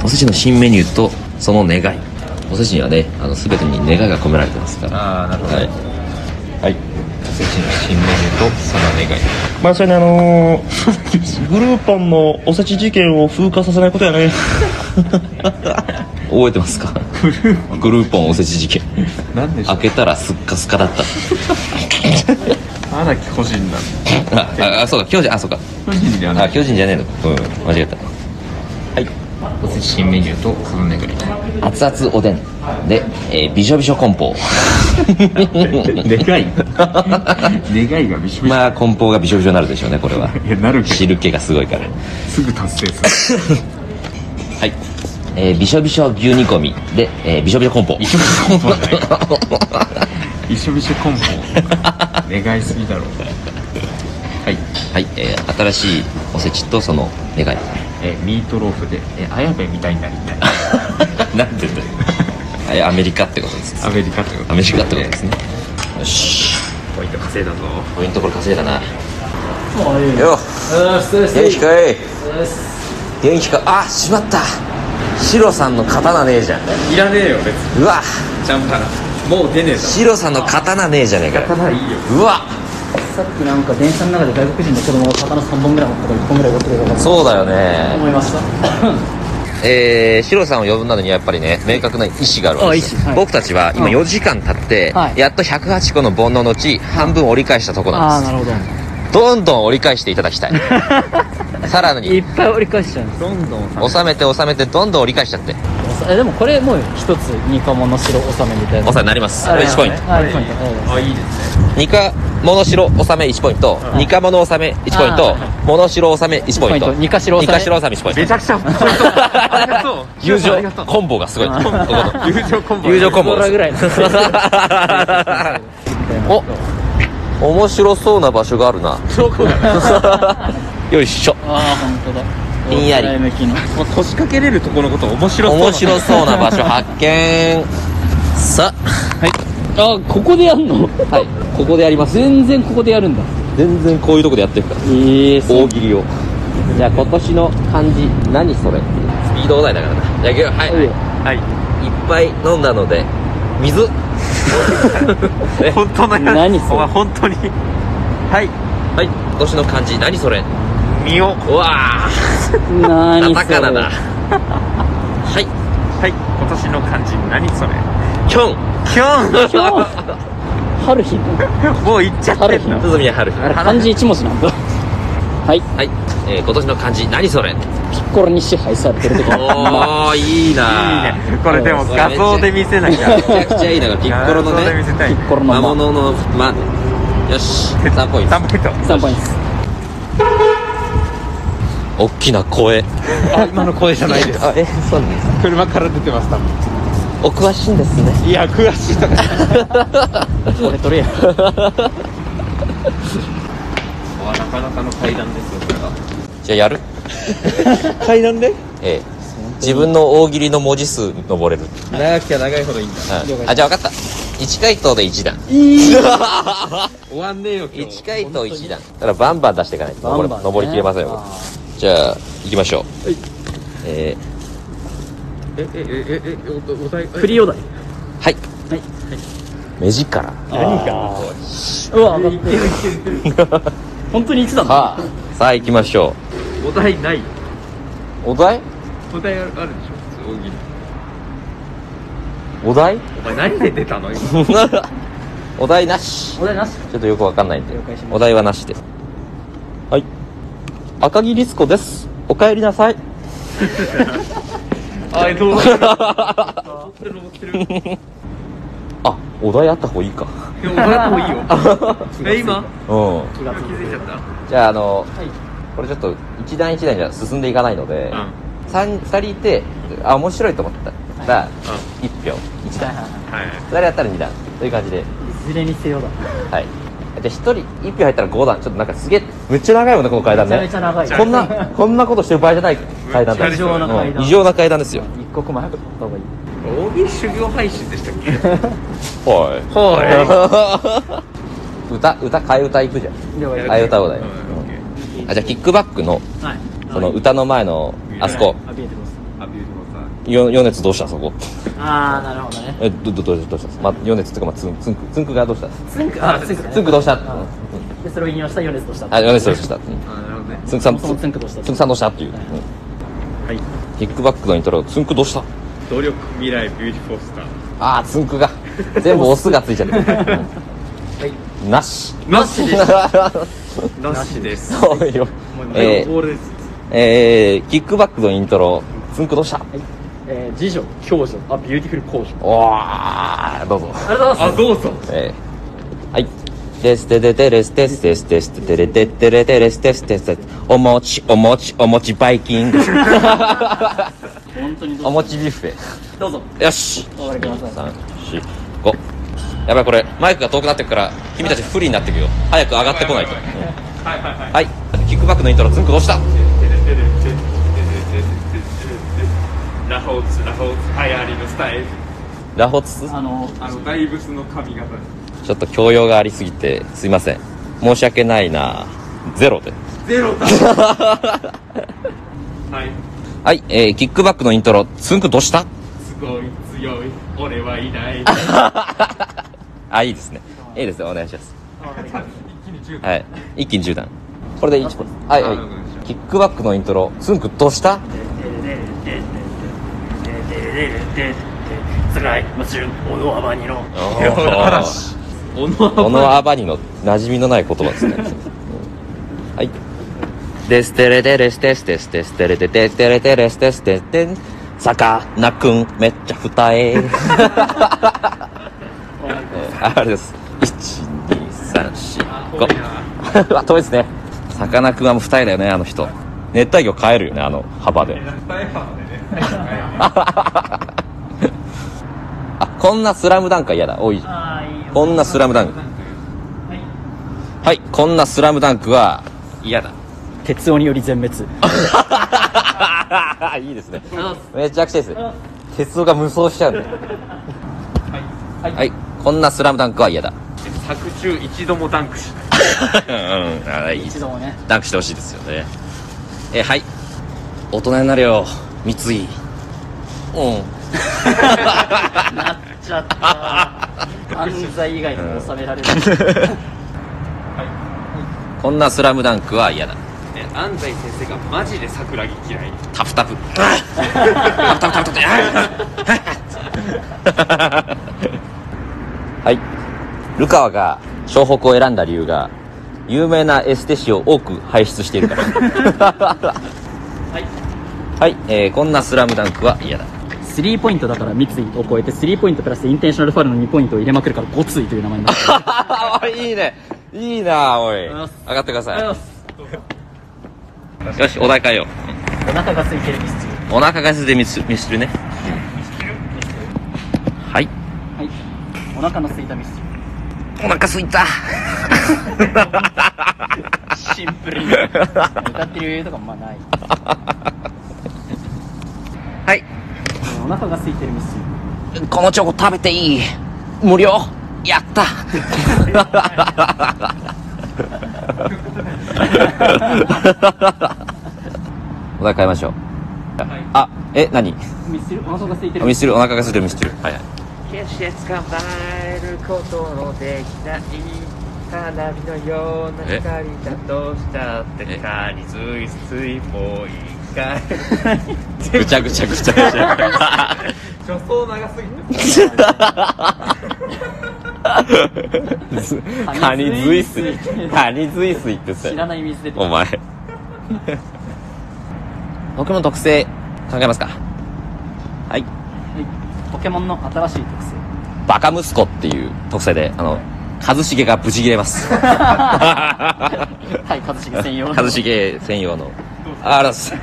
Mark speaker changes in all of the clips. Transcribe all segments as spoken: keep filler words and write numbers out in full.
Speaker 1: おせちの新メニューとその願い。おせちにはね、あの全てに願いが込められてますから。
Speaker 2: ああ、なるほど。
Speaker 1: はい、はい、
Speaker 2: おせちの新メニューとその願い。
Speaker 3: まあそれね、あのー、グルーポンのおせち事件を風化させないことやね。
Speaker 1: 覚えてますか？グルーポンおせち事件。
Speaker 2: なんでしょう。
Speaker 1: 開けたらスッカスカだった。
Speaker 2: 荒木個人なんだ。
Speaker 1: ああ、そうか、巨人、あ、そうか。
Speaker 2: 個人ではない。
Speaker 1: あ、巨人じゃねえのか。うん、間違えた。はい。
Speaker 2: おせち新メニューとその願い。
Speaker 1: 熱々おでんで、えー、びしょびしょ梱包。
Speaker 2: 願い願いがびしょびしょ。
Speaker 1: まあ梱包がびしょびしょになるでしょうね、これは。
Speaker 2: いや、なるけど
Speaker 1: 汁気がすごいから。
Speaker 2: すぐ達成する。
Speaker 1: はい、えー、びしょびしょ牛煮込みで、えー、びしょびしょ梱包。
Speaker 2: びしょびしょ梱包じゃないびしょびしょ梱包願いすぎだろう。はい、
Speaker 1: はい、えー、新しいおせちとその願い。
Speaker 2: えー、ミートローフで、えー、綾部みたいになりたい。
Speaker 1: なんでだよ。えアメリカってことです。
Speaker 2: アメリカってこと
Speaker 1: アメリカってことですね。よし、
Speaker 2: ポイント稼いだぞ。
Speaker 1: ポイントこれ稼いだな。
Speaker 4: もういい
Speaker 1: よっ、元気かい？
Speaker 4: です。
Speaker 1: 元気か？あ、しまった、シロさんの刀ねえじゃん。
Speaker 2: いらねえよ別に。
Speaker 1: うわ、
Speaker 2: ちゃんからもう出ねえだろ。
Speaker 1: シロさんの刀ねえじゃねえかよ。
Speaker 2: 刀いいよ。
Speaker 1: うわ、
Speaker 4: さっきなんか電車の中で外国人の子供が刀さんぼんぐらい持ったからいっぽんぐらい持ってるかと
Speaker 1: そうだよね。
Speaker 4: 思いました。
Speaker 1: えー、シロさんを呼ぶなどにはやっぱりね、明確な意思があるわけですよ。
Speaker 4: あ意思はい
Speaker 1: 僕たちは今
Speaker 4: うん
Speaker 1: よじかん経って、
Speaker 4: はい
Speaker 1: やっとひゃくはちこの煩悩のうち半分折り返したとこ
Speaker 4: ああ、
Speaker 1: なんで
Speaker 4: なるほど。
Speaker 1: す。どんどん折り返していただきたい。さら
Speaker 4: い
Speaker 1: に
Speaker 4: っぱい折り返しちゃうんです。
Speaker 2: どんどん
Speaker 1: 収めて収めてどんどん折り返しちゃって、
Speaker 4: えでもこれもう一つニカモの城納めみたいな。
Speaker 1: おさになります。
Speaker 4: あれ
Speaker 1: いちポイント。
Speaker 4: あいちポイント。
Speaker 2: あ、いいですね。
Speaker 1: ニカモノシロ納めいちポイント、ニカモノ納めいちポイント
Speaker 4: あ、
Speaker 1: モノシロ納めいちポイント、
Speaker 4: ニカシロ納め
Speaker 1: ニカシロ納めいちポイント。
Speaker 2: めちゃくちゃポイント。ありがとう。
Speaker 1: 友情
Speaker 2: ありがとう
Speaker 1: コンボがすごい。ここの
Speaker 2: 友情コンボ。
Speaker 1: 友情コンボ
Speaker 4: コーラぐらいの。
Speaker 1: お、面白そうな場所があるな。
Speaker 2: どこだ。
Speaker 1: よいしょ。
Speaker 4: ああ、本当だ。
Speaker 1: ひんやり
Speaker 4: 向きの。
Speaker 2: もう腰掛けれるところのこと面白そう。
Speaker 1: 面白そうな場所発見。さ
Speaker 4: あ、ここでやんの？
Speaker 1: あ、はい、ここでやります。
Speaker 4: 全然ここでやるんだ。
Speaker 1: 全然こういうとこでやってるから。
Speaker 4: ええ、
Speaker 1: 大喜利を。じゃあ今年の漢字何それ？スピードお題だからな。じゃあいくよ。はい、はい、
Speaker 2: はい。
Speaker 1: いっぱい飲んだので水。え
Speaker 2: 本当のやつ。
Speaker 4: 何それ
Speaker 2: お前本当に。はい
Speaker 1: はい、今年の漢字何それ？
Speaker 2: 身を。
Speaker 1: うわー、
Speaker 4: 何それ？
Speaker 1: カタカナだ。はい、
Speaker 2: はい、今年の漢字何それ？
Speaker 1: キョン。
Speaker 2: キョン。
Speaker 4: 今日春日。
Speaker 2: もう言っちゃってんの。
Speaker 1: 鈴宮春日。
Speaker 4: あれ漢字一文字なんだ。はい。
Speaker 1: はい、えー、今年の漢字何それ？
Speaker 4: ピッコロに支配されてる時。
Speaker 1: おー、いいな。
Speaker 2: いいね。これでも画像で見せなきゃ。
Speaker 1: めちゃくちゃいいな。ピッコロの
Speaker 2: 画像で見
Speaker 1: ね、
Speaker 2: せたい。
Speaker 4: ピッコロの
Speaker 1: 魔
Speaker 4: ま
Speaker 1: 物のま。よし、さんポイント。
Speaker 2: 三ポイント。
Speaker 4: さんポイントです。
Speaker 1: 大きな声。
Speaker 2: あ、今の声じゃないです。
Speaker 1: あ、え、そうなんですか。
Speaker 2: 車から出てます多分。
Speaker 1: お詳しいんですね。
Speaker 2: いや、詳しいとか。
Speaker 4: 俺取れや。
Speaker 2: なかなかの階段ですよこれは。
Speaker 1: じゃあやる？
Speaker 2: 階段で？
Speaker 1: ええ、自分の大喜利の文字数登れる。
Speaker 2: 長きゃ長いほどいいんだ。
Speaker 1: うん、あ、じゃあ分かった。いち回答でいちだん。
Speaker 2: 終わんねえよ今
Speaker 1: いち
Speaker 2: 日。
Speaker 1: 回答いちだん。だからバンバン出していかないと
Speaker 4: バンバンね
Speaker 1: 登れ登りきれませんよ。
Speaker 4: あ
Speaker 1: じゃあ行きましょう。
Speaker 2: はい。
Speaker 1: え
Speaker 2: えええええおお題。
Speaker 4: ーフリーお題。
Speaker 1: ー、はい。
Speaker 4: はい。
Speaker 1: 目力。
Speaker 2: 何が？
Speaker 4: うわ、当たってる。本当にいちだな。
Speaker 1: さあ、さあ行きましょ
Speaker 2: お題ない。
Speaker 1: う。お題？
Speaker 2: お題あるあるでしょ普通大喜利。
Speaker 1: お題？
Speaker 2: お前何で出たの今？
Speaker 1: お題なし。
Speaker 4: お題なし。
Speaker 1: ちょっとよくわかんないんで
Speaker 4: 了解しました
Speaker 1: お題はなしで。はい、赤木律子です。お帰りなさい。
Speaker 2: あ、えどう？持ってる持ってる。
Speaker 1: あ、お題あった方がいいか。
Speaker 2: お題もいいよ。え今？
Speaker 1: うん。
Speaker 2: 気づいちゃった。
Speaker 1: じゃああの、
Speaker 4: はい。
Speaker 1: これちょっと一段一段じゃ進んでいかないので、
Speaker 2: うん。
Speaker 1: 三二人いて、あ、面白いと思ったら一票一段、
Speaker 2: はい。
Speaker 1: 二人やったら二段という感じで、
Speaker 4: いずれにせよだ。
Speaker 1: はい。じゃあ一人一票入ったら五段。ちょっとなんかすげえめっちゃ長いもんねこの階段ね。
Speaker 4: めちゃめちゃ長い。
Speaker 1: こんなこんなことしてる場合じゃない階段だ。
Speaker 2: 異常な
Speaker 4: 階段
Speaker 1: うん異常な階段ですよ。
Speaker 4: 一刻も早く取った方がいい。
Speaker 2: 大喜利修行配信でしたっけ？
Speaker 1: は
Speaker 2: は
Speaker 1: 歌歌替え歌いくじゃん。
Speaker 4: 了解
Speaker 1: 替え歌お題。
Speaker 2: うんオッケー。
Speaker 1: あ、じゃあキックバックの
Speaker 4: はい。
Speaker 1: その歌の前のあそこ
Speaker 4: あ、見えてます。
Speaker 2: あ、ビューティフォーさ
Speaker 3: よ米津どうしたそこ。
Speaker 4: ああなるほどね。
Speaker 3: えどどどうしたどうしたま米津っていうかまあつんつんくつんくがどうした
Speaker 4: つんくあつんくね
Speaker 3: つんくどうした
Speaker 4: あでそれを引用した米津とした。
Speaker 3: あ米津どうしたうん
Speaker 2: あ、なるほどね。
Speaker 3: つんくさん
Speaker 4: そもそもつんくどうした
Speaker 3: つんくさんどうしたっていう
Speaker 4: はい
Speaker 3: うん
Speaker 2: はい。
Speaker 3: キックバックのイントロつんくどうした
Speaker 2: 努力未来ビューティフォースター。
Speaker 3: ああつんくが全部オスがついちゃってる
Speaker 4: はい
Speaker 3: なし
Speaker 2: なしですなしです。
Speaker 3: そうよ
Speaker 2: もう
Speaker 3: えー
Speaker 2: ボールです。
Speaker 3: えー、キックバックのイントロつんくどうした
Speaker 4: はいえー、次女共女あビューティフル公女。
Speaker 3: おーどうぞ
Speaker 4: ありがとうござい
Speaker 2: あ、
Speaker 4: ます。
Speaker 2: どうぞ。
Speaker 3: えー、はいテステテテレステステステステテレテテレテレステステステお餅お餅お餅バイキング
Speaker 4: 本当にどうぞ
Speaker 3: お餅ビュッフェ
Speaker 4: どうぞ
Speaker 3: よし
Speaker 4: お上がりください。
Speaker 3: さん、よん、ごやばいこれマイクが遠くなってくから君たち不利になってくよ早く上がってこないと
Speaker 2: はいはいはい。
Speaker 3: はいキックバックのイントロつんくどうした
Speaker 2: ラホーツラホーツ流行りのスタイル。
Speaker 3: ラホツ
Speaker 4: あの
Speaker 2: あの大仏の髪型。
Speaker 3: ちょっと教養がありすぎてすいません申し訳ないなゼロで
Speaker 2: ゼロだ。はい。
Speaker 3: はい、えー、キックバックのイントロつんくどうした
Speaker 2: すごい強い。俺はいない。
Speaker 3: あいいですねいいですよお願いします
Speaker 2: 一気にじゅうだん。
Speaker 3: はい一気にじゅう段これでいちポイントはいはいキックバックのイントロつんくどうした
Speaker 4: つらいもちろん小野アバニの
Speaker 2: 嵐。おの
Speaker 3: このアバニの馴染みのない言葉ですねはいデステレデレステステステステレデテテレテレステステテンさかなクンめっちゃ二重あれですいちにさんよんごうわ遠いですねさかなクンはもう二重だよねあの人熱帯魚飼えるよねあの幅であこんなスラムダンクは嫌だ多いじゃん
Speaker 4: あーいいよ
Speaker 3: こんなスラムダンクはいこんなスラムダンクは嫌だ
Speaker 4: 鉄夫により全滅。
Speaker 3: いいですねめちゃくちゃいいですね鉄夫が無双しちゃうんではい、はい、こんなスラムダンクは嫌だ
Speaker 2: 作中一度もダンクしない。
Speaker 3: うんあいい
Speaker 4: 一度もね。
Speaker 3: ダンクしてほしいですよねえはい大人になれよ三井うん
Speaker 4: なっちゃった犯罪以外にも収められる。
Speaker 3: こんなスラムダンクは嫌だ
Speaker 2: 安西先生がマジで桜木嫌い。
Speaker 3: タフタフタフタフタフタフはいルカワが湘北を選んだ理由が有名なエステ師を多く輩出しているから
Speaker 4: はい
Speaker 3: はい、えー、こんなスラムダンクは嫌だ
Speaker 4: スリーポイントだから三井を超えてスリーポイントプラスインテンショナルファウルのにポイントを入れまくるからごついという名前になってる。
Speaker 3: いいねいいなおい上
Speaker 4: りがとうございます
Speaker 3: がってくださ
Speaker 4: ありがとうございます
Speaker 3: いよしお題変えよ
Speaker 4: お腹が空いてるミスチル。
Speaker 3: うお腹がすでミスミスチルねはい
Speaker 4: はいお腹の空いたミスチル。
Speaker 3: お腹すいた
Speaker 4: シンプルに歌ってる余裕とかもまあない。
Speaker 3: はい
Speaker 4: お腹が空いてるミスチル。
Speaker 3: このチョコ食べていい無料やったお題変えましょう、あえ何
Speaker 4: ミスチルお腹が空いてる
Speaker 3: ミスチルお腹がすいてるミスチルはいはい
Speaker 2: 決して捕まえることのできない花火のような光だとしたって
Speaker 3: え
Speaker 2: かについついもう一回
Speaker 3: ぐちゃぐちゃぐちゃぐちゃ
Speaker 2: 助走長すぎて
Speaker 3: カニズイスイカニズイスイってさ
Speaker 4: 知らない水出てくる。
Speaker 3: お前僕の特性考えますかはい
Speaker 4: はいポケモンの新しい特性。
Speaker 3: バカ息子っていう特性であの一茂がブチ切れます
Speaker 4: はい一茂専用の
Speaker 3: 一茂専用のあらす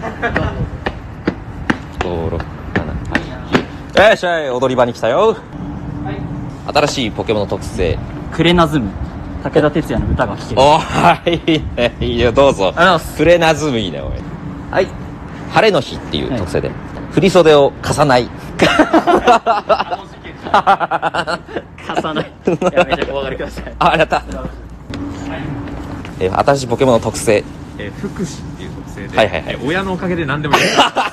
Speaker 3: ごろくななはちきゅうよっしゃい踊り場に来たよ
Speaker 4: はい
Speaker 3: 新しいポケモンの特性
Speaker 4: クレナズム武田鉄矢の歌が聴ける。
Speaker 3: おーいいねいいよどうぞ
Speaker 4: ありがとうございます
Speaker 3: クレナズムいいねおいはい晴れの日っていう特性で、振り袖を貸さない
Speaker 4: 貸さない。やめてお分かりください。
Speaker 3: あありがとう、えー新しいポケモンの特性
Speaker 2: えー福祉っていう特性性で、
Speaker 3: はいはいはい
Speaker 2: え親のおかげで何でもいい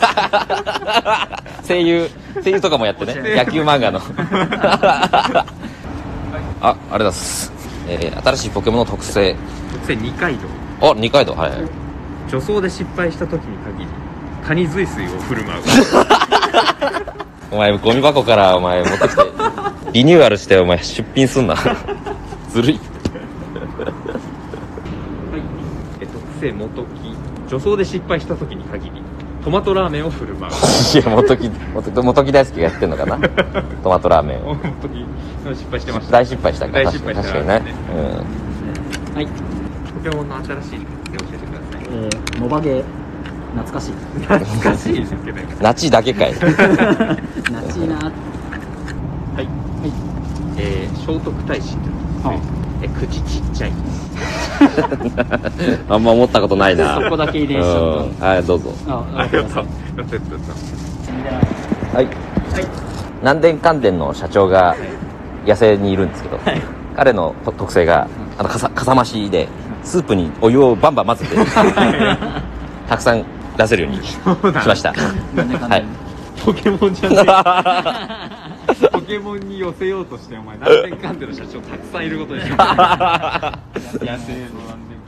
Speaker 3: 声優声優とかもやってね野球漫画のあ、ありがとうございます、えー、新しいポケモンの特性
Speaker 2: 特性二階堂
Speaker 3: あ、二階堂、はいはい。
Speaker 2: 女装で失敗した時に限りカニ随水を振る舞う
Speaker 3: お前ゴミ箱からお前持ってきてリニューアルしてお前出品すんなずるい
Speaker 2: え特性元木女装で失敗した時に限りトマトラーメンを振る舞う
Speaker 3: いや元木元元木大輔がやってんのかなトマトラーメンを
Speaker 2: 元木失敗してました
Speaker 3: 大失敗したか
Speaker 2: 大失敗した
Speaker 3: 確かにね、うん、
Speaker 4: はい。
Speaker 2: ポケモンの新しい特性教えてください
Speaker 4: えー、モバゲー、懐かしい。
Speaker 2: 懐かしいですけど
Speaker 3: ナチだけかい
Speaker 4: 懐しいな。
Speaker 2: はい、えー、聖徳太子
Speaker 4: は
Speaker 2: え口ちっちゃい
Speaker 3: あんま思ったことないな
Speaker 4: そこだけ遺伝しちゃっ
Speaker 3: うんはいどうぞ
Speaker 4: た。あ、
Speaker 2: ありがとう
Speaker 4: ありがとう
Speaker 2: やったやったやった
Speaker 3: はい南電関電の社長が野生にいるんですけど、彼のと特性があのかさかさ増しでスープにお湯をバンバン混ぜてたくさん出せるようにしましたはい
Speaker 2: ポケモンじゃねえポケモンに寄せようとしてお前何年間での社長たくさんいることにしよう野生の何年